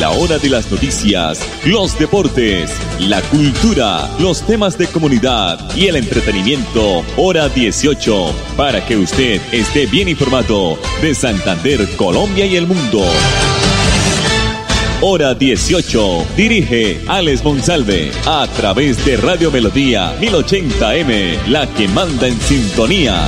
la hora de las noticias, los deportes, la cultura, los temas de comunidad y el entretenimiento. Hora 18, para que usted esté bien informado de Santander, Colombia y el mundo. Hora 18, dirige Alex Monsalve, a través de Radio Melodía 1080M, la que manda en sintonía.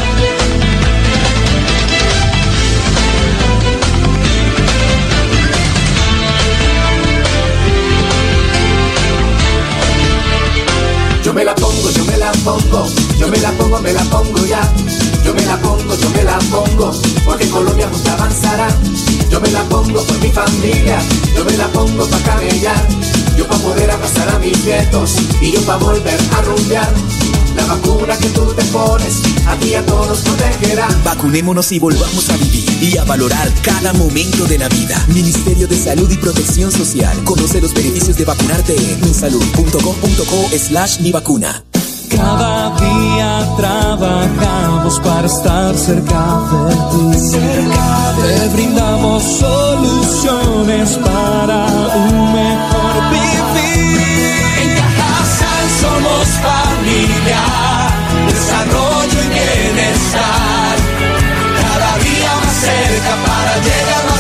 Yo me la pongo, yo me la pongo, yo me la pongo, me la pongo ya. Yo me la pongo, yo me la pongo, porque Colombia junta avanzará. Yo me la pongo por mi familia, yo me la pongo pa' camellar. Yo pa' poder abrazar a mis nietos y yo pa' volver a rumbear. La vacuna que tú te pones, a ti y a todos protegerá. Vacunémonos y volvamos a vivir y a valorar cada momento de la vida. Ministerio de Salud y Protección Social. Conoce los beneficios de vacunarte en minsalud.com.co/mivacuna. Cada día trabajamos para estar cerca de ti. Te brindamos soluciones para un mejor vivir. En Cajasal somos familia, desarrollo y bienestar. Cada día más cerca para llegar más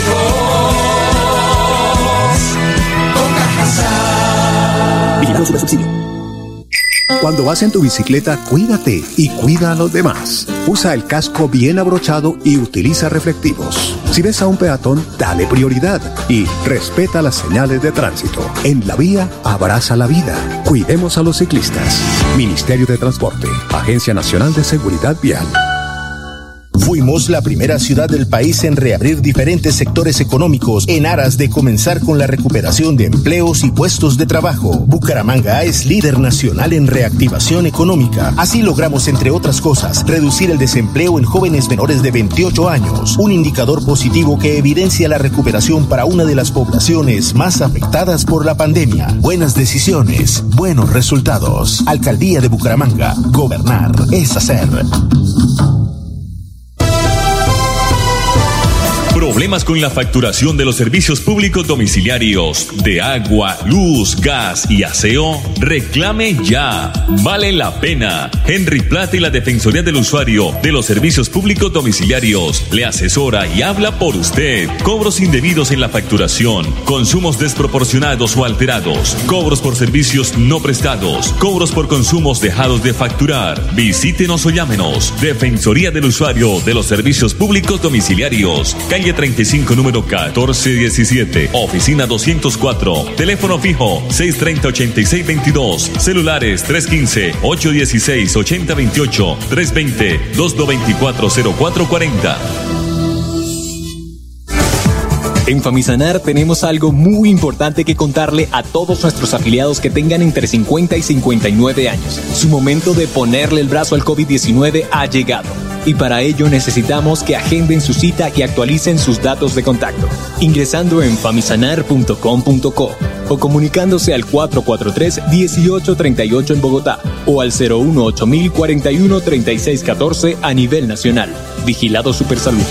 lejos. Con Cajasal. Vigilado Supersubsidio. Cuando vas en tu bicicleta, cuídate y cuida a los demás. Usa el casco bien abrochado y utiliza reflectivos. Si ves a un peatón, dale prioridad y respeta las señales de tránsito. En la vía, abraza la vida. Cuidemos a los ciclistas. Ministerio de Transporte, Agencia Nacional de Seguridad Vial. Fuimos la primera ciudad del país en reabrir diferentes sectores económicos en aras de comenzar con la recuperación de empleos y puestos de trabajo. Bucaramanga es líder nacional en reactivación económica. Así logramos, entre otras cosas, reducir el desempleo en jóvenes menores de 28 años, un indicador positivo que evidencia la recuperación para una de las poblaciones más afectadas por la pandemia. Buenas decisiones, buenos resultados. Alcaldía de Bucaramanga. Gobernar es hacer. Problemas con la facturación de los servicios públicos domiciliarios de agua, luz, gas y aseo. Reclame ya. Vale la pena. Henry Plata y la Defensoría del Usuario de los Servicios Públicos Domiciliarios le asesora y habla por usted. Cobros indebidos en la facturación, consumos desproporcionados o alterados, cobros por servicios no prestados, cobros por consumos dejados de facturar. Visítenos o llámenos. Defensoría del Usuario de los Servicios Públicos Domiciliarios. Calle 35, número 1417, oficina 204, teléfono fijo 630-8622, celulares 315-816-8028, 320-2224-0440. En Famisanar tenemos algo muy importante que contarle a todos nuestros afiliados que tengan entre 50 y 59 años. Su momento de ponerle el brazo al COVID-19 ha llegado. Y para ello necesitamos que agenden su cita y actualicen sus datos de contacto, ingresando en famisanar.com.co o comunicándose al 443-1838 en Bogotá o al 018-041-3614 a nivel nacional. Vigilado Supersalud.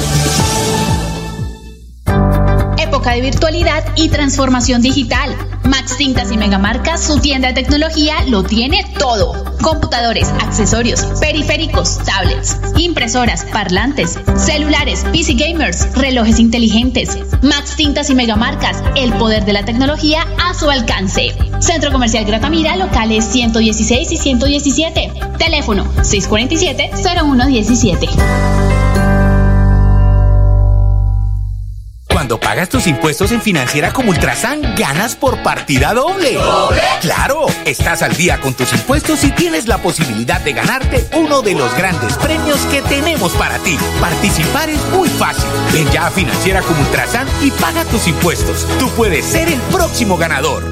Época de virtualidad y transformación digital. Max Tintas y Megamarcas, su tienda de tecnología, lo tiene todo. Computadores, accesorios, periféricos, tablets, impresoras, parlantes, celulares, PC gamers, relojes inteligentes. Max Tintas y Megamarcas, el poder de la tecnología a su alcance. Centro Comercial Gratamira, locales 116 y 117. Teléfono 647-0117. Cuando pagas tus impuestos en Financiera como Ultrasan, ganas por partida doble. ¿Doble? ¡Claro! Estás al día con tus impuestos y tienes la posibilidad de ganarte uno de los grandes premios que tenemos para ti. Participar es muy fácil. Ven ya a Financiera como Ultrasan y paga tus impuestos. Tú puedes ser el próximo ganador.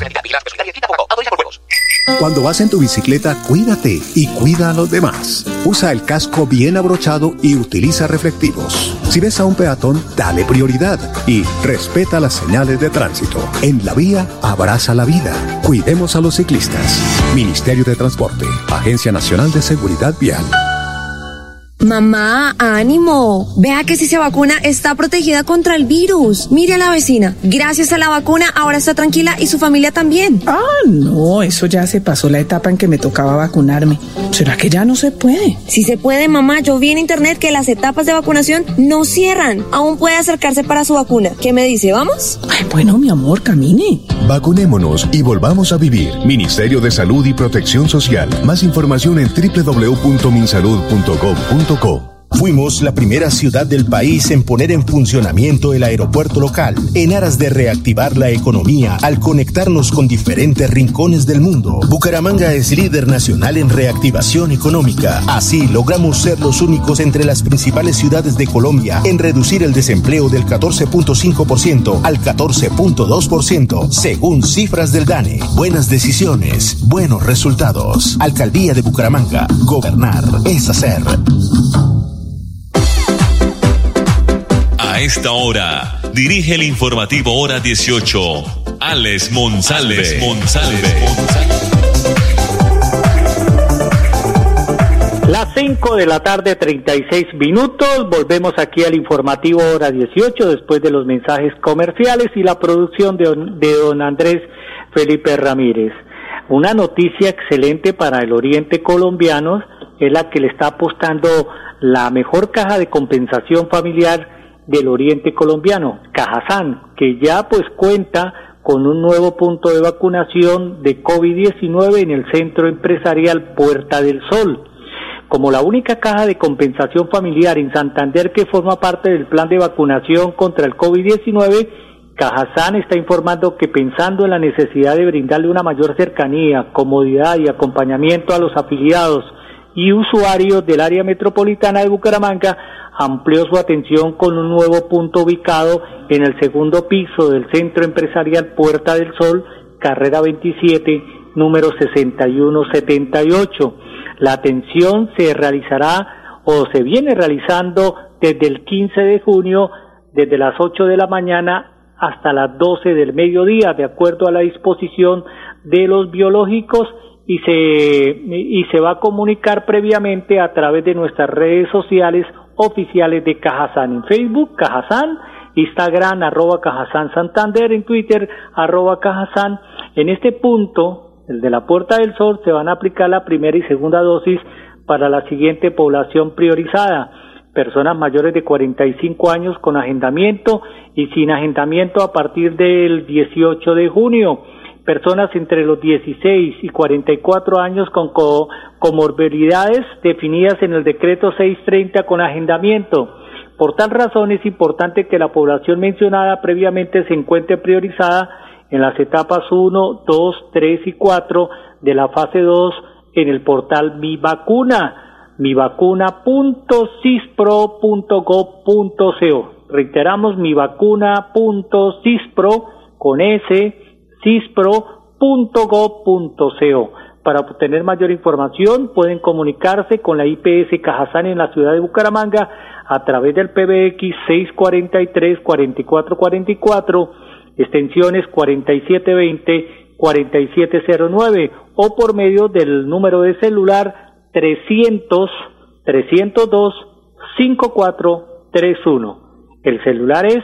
Cuando vas en tu bicicleta, cuídate y cuida a los demás. Usa el casco bien abrochado y utiliza reflectivos. Si ves a un peatón, dale prioridad y respeta las señales de tránsito. En la vía, abraza la vida. Cuidemos a los ciclistas. Ministerio de Transporte, Agencia Nacional de Seguridad Vial. Mamá, ánimo. Vea que si se vacuna está protegida contra el virus. Mire a la vecina. Gracias a la vacuna ahora está tranquila y su familia también. Ah, no, eso ya se pasó la etapa en que me tocaba vacunarme. ¿Será que ya no se puede? Sí se puede, mamá. Yo vi en internet que las etapas de vacunación no cierran. Aún puede acercarse para su vacuna. ¿Qué me dice? ¿Vamos? Ay, bueno, mi amor, camine. Vacunémonos y volvamos a vivir. Ministerio de Salud y Protección Social. Más información en www.minsalud.gov.co. Fuimos la primera ciudad del país en poner en funcionamiento el aeropuerto local, en aras de reactivar la economía al conectarnos con diferentes rincones del mundo. Bucaramanga es líder nacional en reactivación económica. Así logramos ser los únicos entre las principales ciudades de Colombia en reducir el desempleo del 14.5% al 14.2%, según cifras del DANE. Buenas decisiones, buenos resultados. Alcaldía de Bucaramanga. Gobernar es hacer. A esta hora, dirige el informativo Hora 18, Alex Monsalve. Las 5 de la tarde, 36 minutos. Volvemos aquí al informativo Hora 18 después de los mensajes comerciales y la producción de don Andrés Felipe Ramírez. Una noticia excelente para el oriente colombiano es la que le está apostando la mejor caja de compensación familiar del oriente colombiano, Cajazán, que ya pues cuenta con un nuevo punto de vacunación de COVID-19 en el centro empresarial Puerta del Sol. Como la única caja de compensación familiar en Santander que forma parte del plan de vacunación contra el COVID-19, Cajazán está informando que pensando en la necesidad de brindarle una mayor cercanía, comodidad y acompañamiento a los afiliados y usuarios del área metropolitana de Bucaramanga, amplió su atención con un nuevo punto ubicado en el segundo piso del Centro Empresarial Puerta del Sol, carrera 27, número 6178. La atención se realizará o se viene realizando desde el 15 de junio, desde las 8 de la mañana hasta las 12 del mediodía, de acuerdo a la disposición de los biológicos, y se va a comunicar previamente a través de nuestras redes sociales oficiales de Cajazán, en Facebook, Cajazán, Instagram, @Cajazán Santander, en Twitter, @Cajazán. En este punto, el de la Puerta del Sol, se van a aplicar la primera y segunda dosis para la siguiente población priorizada: personas mayores de 45 años con agendamiento y sin agendamiento a partir del 18 de junio, personas entre los 16 y 44 años con comorbilidades definidas en el decreto 630 con agendamiento. Por tal razón es importante que la población mencionada previamente se encuentre priorizada en las etapas 1, 2, 3 y 4 de la fase 2 en el portal Mi Vacuna, mivacuna.cispro.gov.co. Reiteramos, mivacuna.cispro con S, cispro.gov.co. Para obtener mayor información pueden comunicarse con la IPS Cajazán en la ciudad de Bucaramanga a través del PBX 643-4444, extensiones 4720, 4709, o por medio del número de celular 300-302-5431. El celular es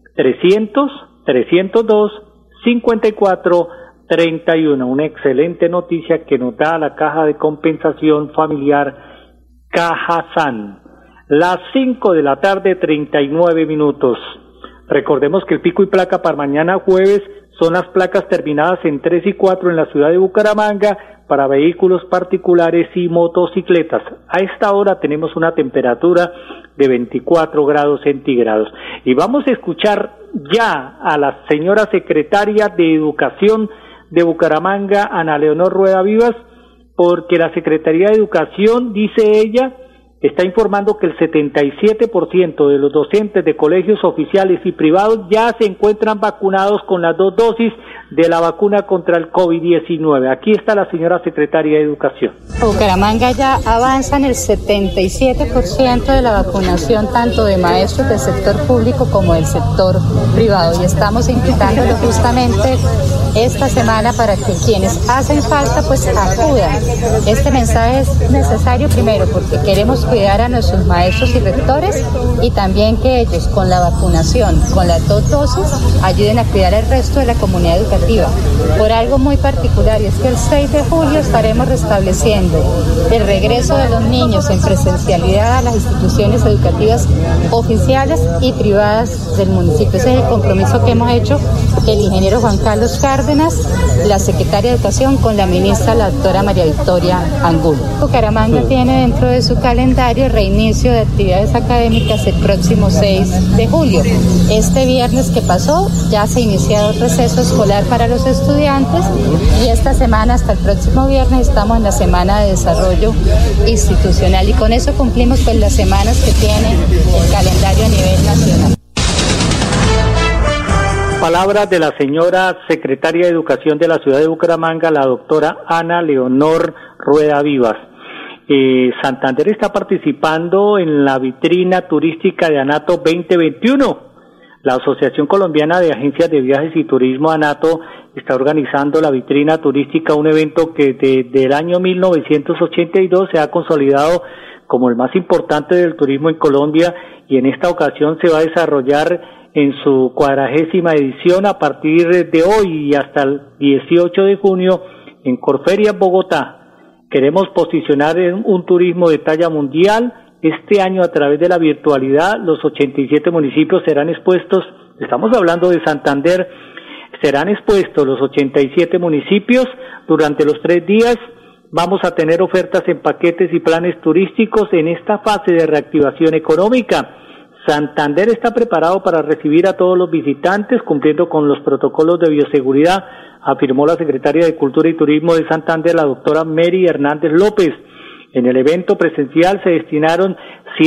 300-302-5431. Una excelente noticia que nos da la caja de compensación familiar Cajazán. Las 5 de la tarde, 39 minutos. Recordemos que el pico y placa para mañana jueves son las placas terminadas en 3 y 4 en la ciudad de Bucaramanga para vehículos particulares y motocicletas. A esta hora tenemos una temperatura de 24 grados centígrados. Y vamos a escuchar ya a la señora secretaria de Educación de Bucaramanga, Ana Leonor Rueda Vivas, porque la Secretaría de Educación, dice ella, está informando que el 77% de los docentes de colegios oficiales y privados ya se encuentran vacunados con las 2 dosis de la vacuna contra el COVID-19. Aquí está la señora secretaria de Educación. Bucaramanga ya avanza en el 77% de la vacunación tanto de maestros del sector público como del sector privado, y estamos invitándolo justamente esta semana para que quienes hacen falta pues acudan. Este mensaje es necesario primero porque queremos que cuidar a nuestros maestros y rectores y también que ellos con la vacunación, con las 2 dosis, ayuden a cuidar al resto de la comunidad educativa. Por algo muy particular, y es que el 6 de julio estaremos restableciendo el regreso de los niños en presencialidad a las instituciones educativas oficiales y privadas del municipio. Ese es el compromiso que hemos hecho el ingeniero Juan Carlos Cárdenas, la secretaria de Educación, con la ministra, la doctora María Victoria Angulo. Bucaramanga tiene dentro de su calendario el reinicio de actividades académicas el próximo 6 de julio. Este viernes que pasó ya se ha iniciado el receso escolar para los estudiantes y esta semana hasta el próximo viernes estamos en la semana de desarrollo institucional y con eso cumplimos pues las semanas que tiene el calendario a nivel nacional. Palabras de la señora secretaria de Educación de la ciudad de Bucaramanga, la doctora Ana Leonor Rueda Vivas. Santander está participando en la vitrina turística de ANATO 2021. La Asociación Colombiana de Agencias de Viajes y Turismo, ANATO, está organizando la vitrina turística, un evento que desde el año 1982 se ha consolidado como el más importante del turismo en Colombia y en esta ocasión se va a desarrollar en su 40ª edición a partir de hoy y hasta el 18 de junio en Corferias, Bogotá. Queremos posicionar un turismo de talla mundial. Este año, a través de la virtualidad, los 87 municipios serán expuestos, estamos hablando de Santander, serán expuestos los 87 municipios durante los 3 días. Vamos a tener ofertas en paquetes y planes turísticos en esta fase de reactivación económica. Santander está preparado para recibir a todos los visitantes, cumpliendo con los protocolos de bioseguridad, afirmó la secretaria de Cultura y Turismo de Santander, la doctora Mary Hernández López. En el evento presencial se destinaron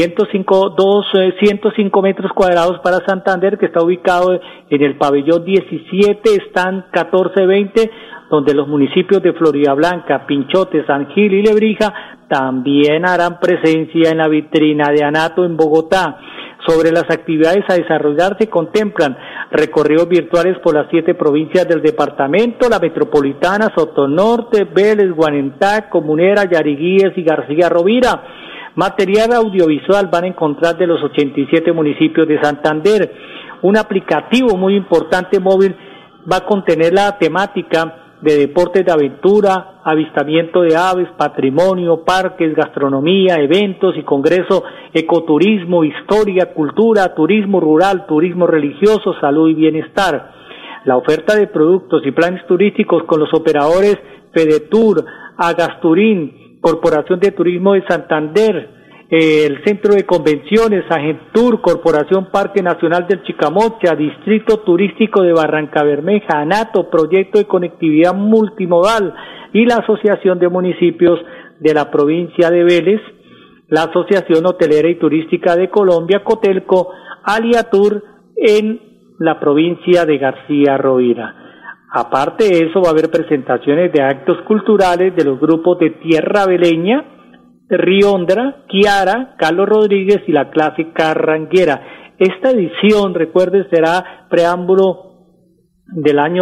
105 metros cuadrados para Santander, que está ubicado en el pabellón 17, stand 1420, donde los municipios de Floridablanca, Pinchote, San Gil y Lebrija también harán presencia en la vitrina de ANATO en Bogotá. Sobre las actividades a desarrollar se contemplan recorridos virtuales por las 7 provincias del departamento, la metropolitana, Sotonorte, Vélez, Guanentá, Comunera, Yariguíes y García Rovira. Material audiovisual van a encontrar de los 87 municipios de Santander. Un aplicativo muy importante móvil va a contener la temática de deportes de aventura, avistamiento de aves, patrimonio, parques, gastronomía, eventos y congreso, ecoturismo, historia, cultura, turismo rural, turismo religioso, salud y bienestar. La oferta de productos y planes turísticos con los operadores Fedetur, Agasturín, Corporación de Turismo de Santander, el Centro de Convenciones, Agentur, Corporación Parque Nacional del Chicamocha, Distrito Turístico de Barrancabermeja, ANATO, Proyecto de Conectividad Multimodal y la Asociación de Municipios de la provincia de Vélez, la Asociación Hotelera y Turística de Colombia, Cotelco, Aliatur en la provincia de García Rovira. Aparte de eso, va a haber presentaciones de actos culturales de los grupos de Tierra Veleña, Riondra, Kiara, Carlos Rodríguez y la clase Carranguera. Esta edición, recuerden, será preámbulo del año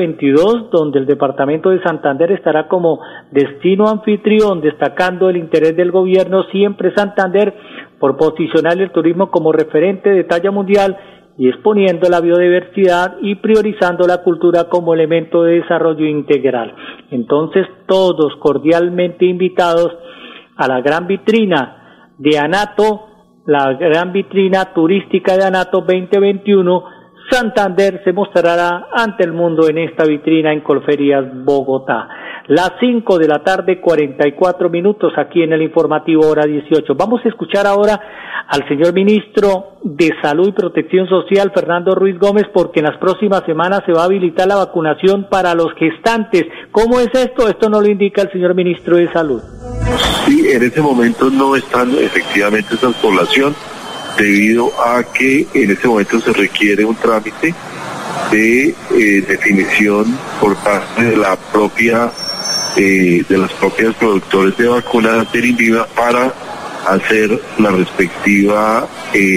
2022, donde el departamento de Santander estará como destino anfitrión, destacando el interés del gobierno siempre Santander por posicionar el turismo como referente de talla mundial y exponiendo la biodiversidad y priorizando la cultura como elemento de desarrollo integral. Entonces, todos cordialmente invitados a la gran vitrina de ANATO, la gran vitrina turística de ANATO 2021. Santander se mostrará ante el mundo en esta vitrina en Corferias, Bogotá. Las 5 de la tarde, 44 minutos, aquí en el informativo hora 18. Vamos a escuchar ahora al señor ministro de Salud y Protección Social, Fernando Ruiz Gómez, porque en las próximas semanas se va a habilitar la vacunación para los gestantes. ¿Cómo es esto? Esto no lo indica el señor ministro de Salud. Sí, en este momento no están efectivamente esa población, debido a que en este momento se requiere un trámite de definición por parte de la propia de las propias productores de vacunas de Inviva para hacer la respectiva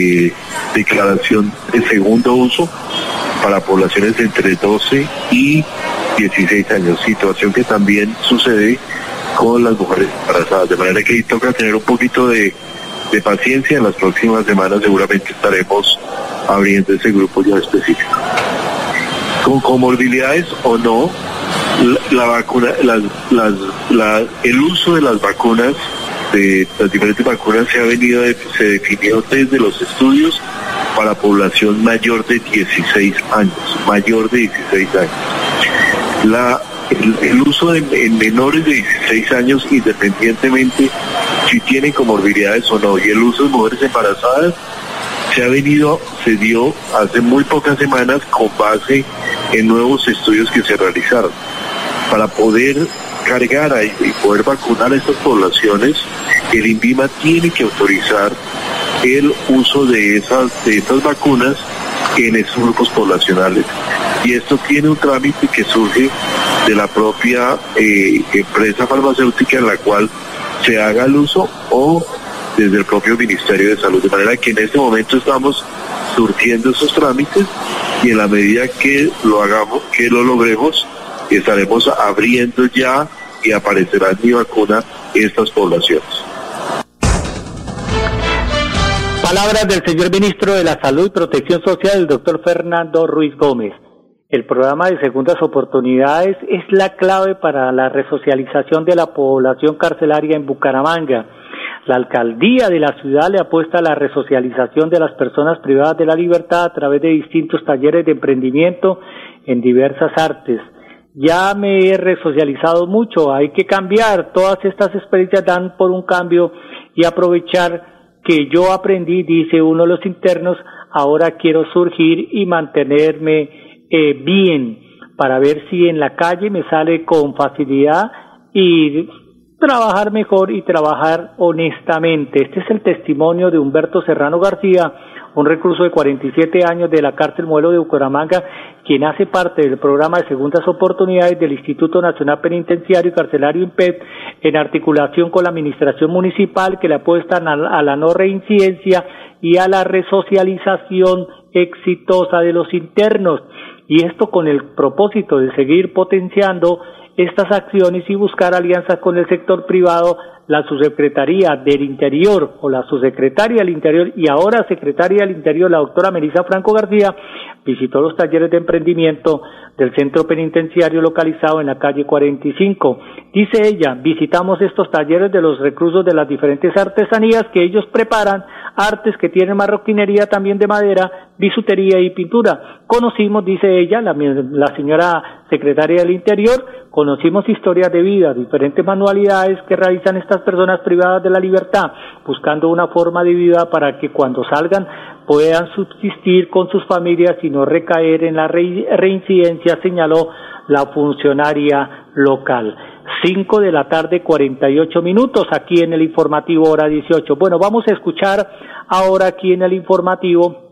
declaración de segundo uso para poblaciones de entre 12 y 16 años, situación que también sucede con las mujeres embarazadas, de manera que ahí toca tener un poquito de de paciencia. En las próximas semanas seguramente estaremos abriendo ese grupo ya específico. Con comorbilidades o no, la vacuna, el uso de las vacunas, de las diferentes vacunas se definió desde los estudios para población mayor de 16 años, El uso en menores de 16 años, independientemente si tienen comorbilidades o no, y el uso de mujeres embarazadas se dio hace muy pocas semanas con base en nuevos estudios que se realizaron. Para poder cargar y poder vacunar a estas poblaciones, el INVIMA tiene que autorizar el uso de estas vacunas en esos grupos poblacionales. Y esto tiene un trámite que surge de la propia empresa farmacéutica en la cual se haga el uso o desde el propio Ministerio de Salud. De manera que en este momento estamos surtiendo esos trámites y en la medida que lo hagamos, que lo logremos, estaremos abriendo ya y aparecerá en mi vacuna estas poblaciones. Palabras del señor Ministro de la Salud y Protección Social, el doctor Fernando Ruiz Gómez. El programa de segundas oportunidades es la clave para la resocialización de la población carcelaria en Bucaramanga. La alcaldía de la ciudad le apuesta a la resocialización de las personas privadas de la libertad a través de distintos talleres de emprendimiento en diversas artes. Ya me he resocializado mucho, hay que cambiar, todas estas experiencias dan por un cambio y aprovechar que yo aprendí, dice uno de los internos, ahora quiero surgir y mantenerme bien para ver si en la calle me sale con facilidad y trabajar mejor y trabajar honestamente. Este es el testimonio de Humberto Serrano García, un recluso de 47 años de la cárcel Modelo de Bucaramanga, quien hace parte del programa de segundas oportunidades del Instituto Nacional Penitenciario y Carcelario INPEC, en articulación con la administración municipal, que le apuestan a la no reincidencia y a la resocialización exitosa de los internos. Y esto con el propósito de seguir potenciando estas acciones y buscar alianzas con el sector privado. La Subsecretaría del Interior o la Subsecretaria del Interior y ahora Secretaria del Interior, la doctora Melissa Franco García, visitó los talleres de emprendimiento del centro penitenciario localizado en la calle 45. Dice ella, visitamos estos talleres de los reclusos de las diferentes artesanías que ellos preparan, artes que tienen marroquinería también de madera, bisutería y pintura. Conocimos, dice ella, la señora Secretaria del Interior, conocimos historias de vida, diferentes manualidades que realizan estas personas privadas de la libertad, buscando una forma de vida para que cuando salgan puedan subsistir con sus familias y no recaer en la reincidencia, señaló la funcionaria local. 5 de la tarde, 48 minutos, aquí en el informativo hora 18. Bueno, vamos a escuchar ahora aquí en el informativo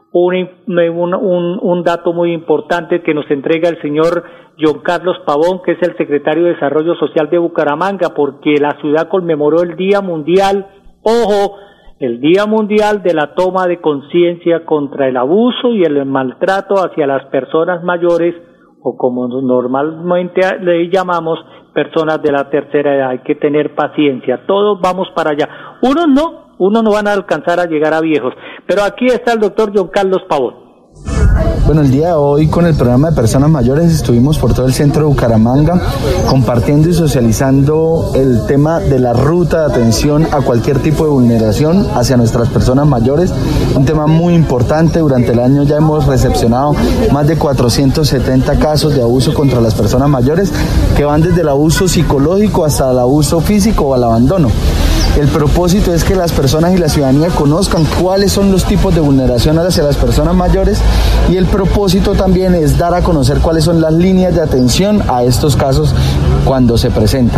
un dato muy importante que nos entrega el señor John Carlos Pavón, que es el secretario de Desarrollo Social de Bucaramanga, porque la ciudad conmemoró el Día Mundial, el Día Mundial de la toma de conciencia contra el abuso y el maltrato hacia las personas mayores, o como normalmente le llamamos, personas de la tercera edad. Hay que tener paciencia, todos vamos para allá. Unos no van a alcanzar a llegar a viejos, pero aquí está el doctor John Carlos Pavón. Bueno, el día de hoy con el programa de personas mayores estuvimos por todo el centro de Bucaramanga compartiendo y socializando el tema de la ruta de atención a cualquier tipo de vulneración hacia nuestras personas mayores, un tema muy importante. Durante el año ya hemos recepcionado más de 470 casos de abuso contra las personas mayores, que van desde el abuso psicológico hasta el abuso físico o al abandono. El propósito es que las personas y la ciudadanía conozcan cuáles son los tipos de vulneración hacia las personas mayores, y el propósito también es dar a conocer cuáles son las líneas de atención a estos casos cuando se presentan.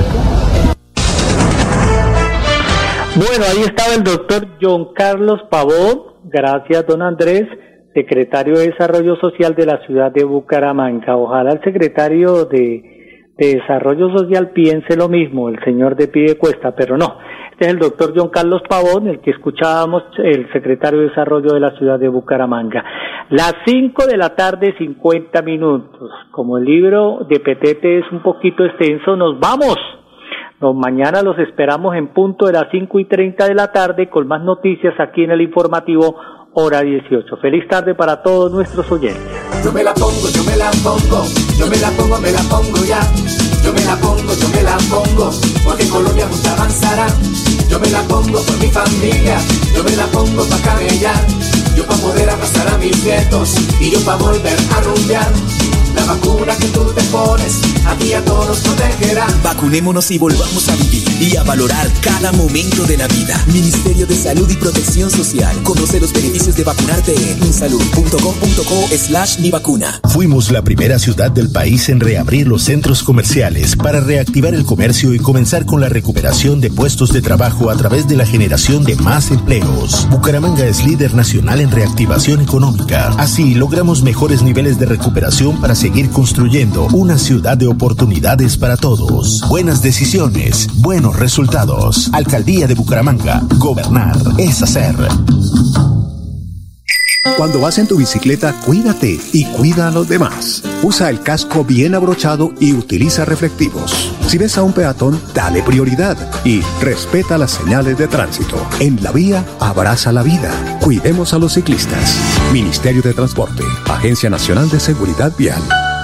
Bueno, ahí estaba el doctor John Carlos Pavón, gracias don Andrés, secretario de Desarrollo Social de la ciudad de Bucaramanga. Ojalá el secretario de Desarrollo Social piense lo mismo, el señor de Piedecuesta, pero no. Este es el doctor John Carlos Pavón, el que escuchábamos, el secretario de Desarrollo de la ciudad de Bucaramanga. Las 5 de la tarde, 50 minutos. Como el libro de Petete es un poquito extenso, nos vamos Mañana los esperamos en punto de las 5:30 de la tarde con más noticias aquí en el informativo Hora 18. Feliz tarde para todos nuestros oyentes. Yo me la pongo, yo me la pongo, yo me la pongo, me la pongo ya. Yo me la pongo, yo me la pongo, porque Colombia junta avanzará. Yo me la pongo por mi familia, yo me la pongo pa' camellar. Yo pa' poder abrazar a mis nietos y yo pa' volver a rumbear. La vacuna que tú te pones, a ti a todos protegerá. Vacunémonos y volvamos a vivir y a valorar cada momento de la vida. Ministerio de Salud y Protección Social. Conoce los beneficios de vacunarte en insalud.com.co/mivacuna. Fuimos la primera ciudad del país en reabrir los centros comerciales para reactivar el comercio y comenzar con la recuperación de puestos de trabajo a través de la generación de más empleos. Bucaramanga es líder nacional en reactivación económica. Así logramos mejores niveles de recuperación para seguir construyendo una ciudad de oportunidades para todos. Buenas decisiones, buenos resultados. Alcaldía de Bucaramanga. Gobernar es hacer. Cuando vas en tu bicicleta, cuídate y cuida a los demás. Usa el casco bien abrochado y utiliza reflectivos. Si ves a un peatón, dale prioridad y respeta las señales de tránsito. En la vía, abraza la vida. Cuidemos a los ciclistas. Ministerio de Transporte, Agencia Nacional de Seguridad Vial.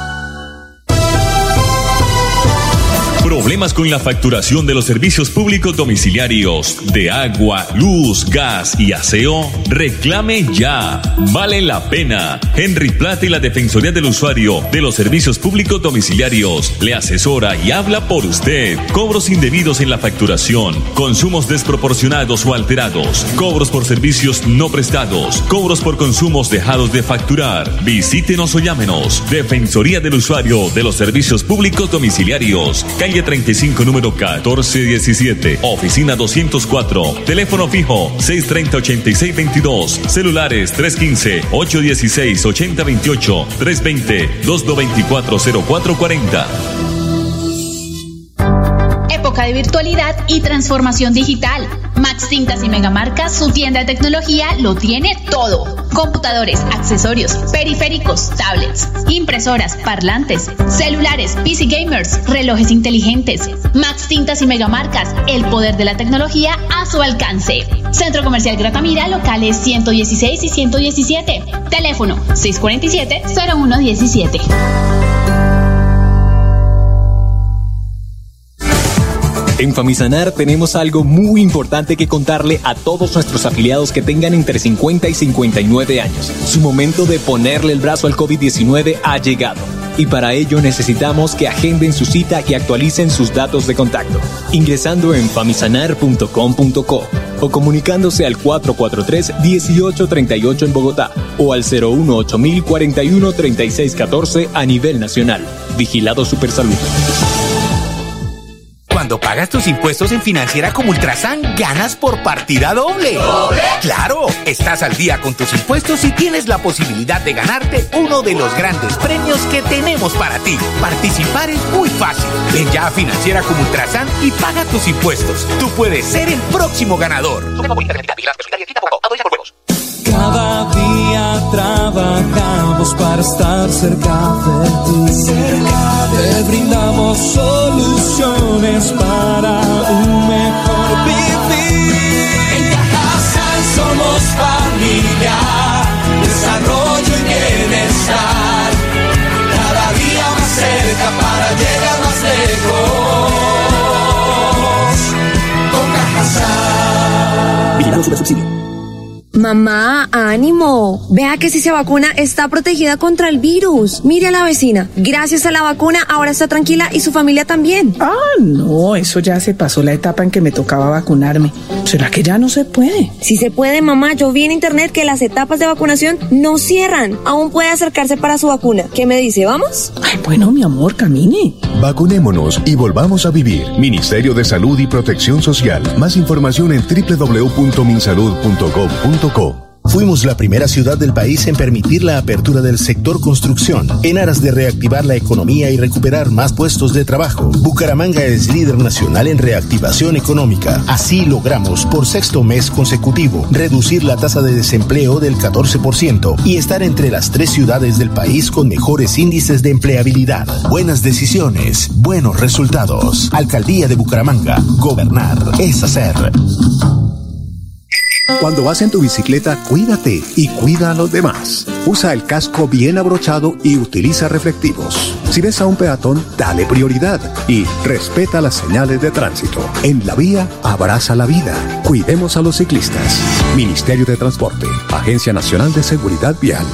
Problemas con la facturación de los servicios públicos domiciliarios de agua, luz, gas y aseo. Reclame ya. Vale la pena. Henry Plata y la Defensoría del Usuario de los Servicios Públicos Domiciliarios le asesora y habla por usted. Cobros indebidos en la facturación, consumos desproporcionados o alterados, cobros por servicios no prestados, cobros por consumos dejados de facturar. Visítenos o llámenos. Defensoría del Usuario de los Servicios Públicos Domiciliarios. Calle 35, número 1417, oficina 204, teléfono fijo 630-8622, celulares 315-816-8028, 320-2224-0440. Época de virtualidad y transformación digital. Max Tintas y Megamarcas, su tienda de tecnología, lo tiene todo. Computadores, accesorios, periféricos, tablets, impresoras, parlantes, celulares, PC gamers, relojes inteligentes. Max Tintas y Megamarcas, el poder de la tecnología a su alcance. Centro Comercial Gratamira, locales 116 y 117. Teléfono 647-0117. En Famisanar tenemos algo muy importante que contarle a todos nuestros afiliados que tengan entre 50 y 59 años. Su momento de ponerle el brazo al COVID-19 ha llegado. Y para ello necesitamos que agenden su cita y actualicen sus datos de contacto, ingresando en famisanar.com.co o comunicándose al 443-1838 en Bogotá o al 018-041-3614 a nivel nacional. Vigilado Supersalud. Cuando pagas tus impuestos en Financiera como Ultrasan, ganas por partida doble. ¿Doble? ¡Claro! Estás al día con tus impuestos y tienes la posibilidad de ganarte uno de los grandes premios que tenemos para ti. Participar es muy fácil. Ven ya a Financiera como Ultrasan y paga tus impuestos. Tú puedes ser el próximo ganador. Cada día trabajamos para estar cerca de ti. Te brindamos soluciones para un mejor vivir. En Cajasal somos familia, desarrollo y bienestar. Cada día más cerca para llegar más lejos. Con Cajasal. Vigilado Supersubsidio. Mamá, ánimo. Vea que si se vacuna está protegida contra el virus. Mire a la vecina. Gracias a la vacuna ahora está tranquila y su familia también. Ah, no, eso ya se pasó la etapa en que me tocaba vacunarme. ¿Será que ya no se puede? Sí se puede, mamá. Yo vi en internet que las etapas de vacunación no cierran. Aún puede acercarse para su vacuna. ¿Qué me dice? ¿Vamos? Ay, bueno, mi amor, camine. Vacunémonos y volvamos a vivir. Ministerio de Salud y Protección Social. Más información en www.minsalud.gov.co. Fuimos la primera ciudad del país en permitir la apertura del sector construcción, en aras de reactivar la economía y recuperar más puestos de trabajo. Bucaramanga es líder nacional en reactivación económica. Así logramos, por sexto mes consecutivo, reducir la tasa de desempleo del 14% y estar entre las 3 ciudades del país con mejores índices de empleabilidad. Buenas decisiones, buenos resultados. Alcaldía de Bucaramanga. Gobernar es hacer. Cuando vas en tu bicicleta, cuídate y cuida a los demás. Usa el casco bien abrochado y utiliza reflectivos. Si ves a un peatón, dale prioridad y respeta las señales de tránsito. En la vía, abraza la vida. Cuidemos a los ciclistas. Ministerio de Transporte, Agencia Nacional de Seguridad Vial.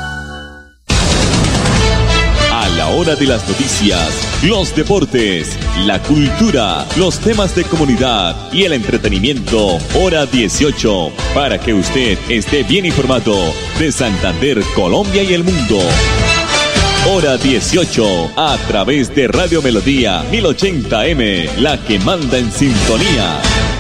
Hora de las noticias, los deportes, la cultura, los temas de comunidad y el entretenimiento. Hora 18, para que usted esté bien informado de Santander, Colombia y el mundo. Hora 18, a través de Radio Melodía 1080M, la que manda en sintonía.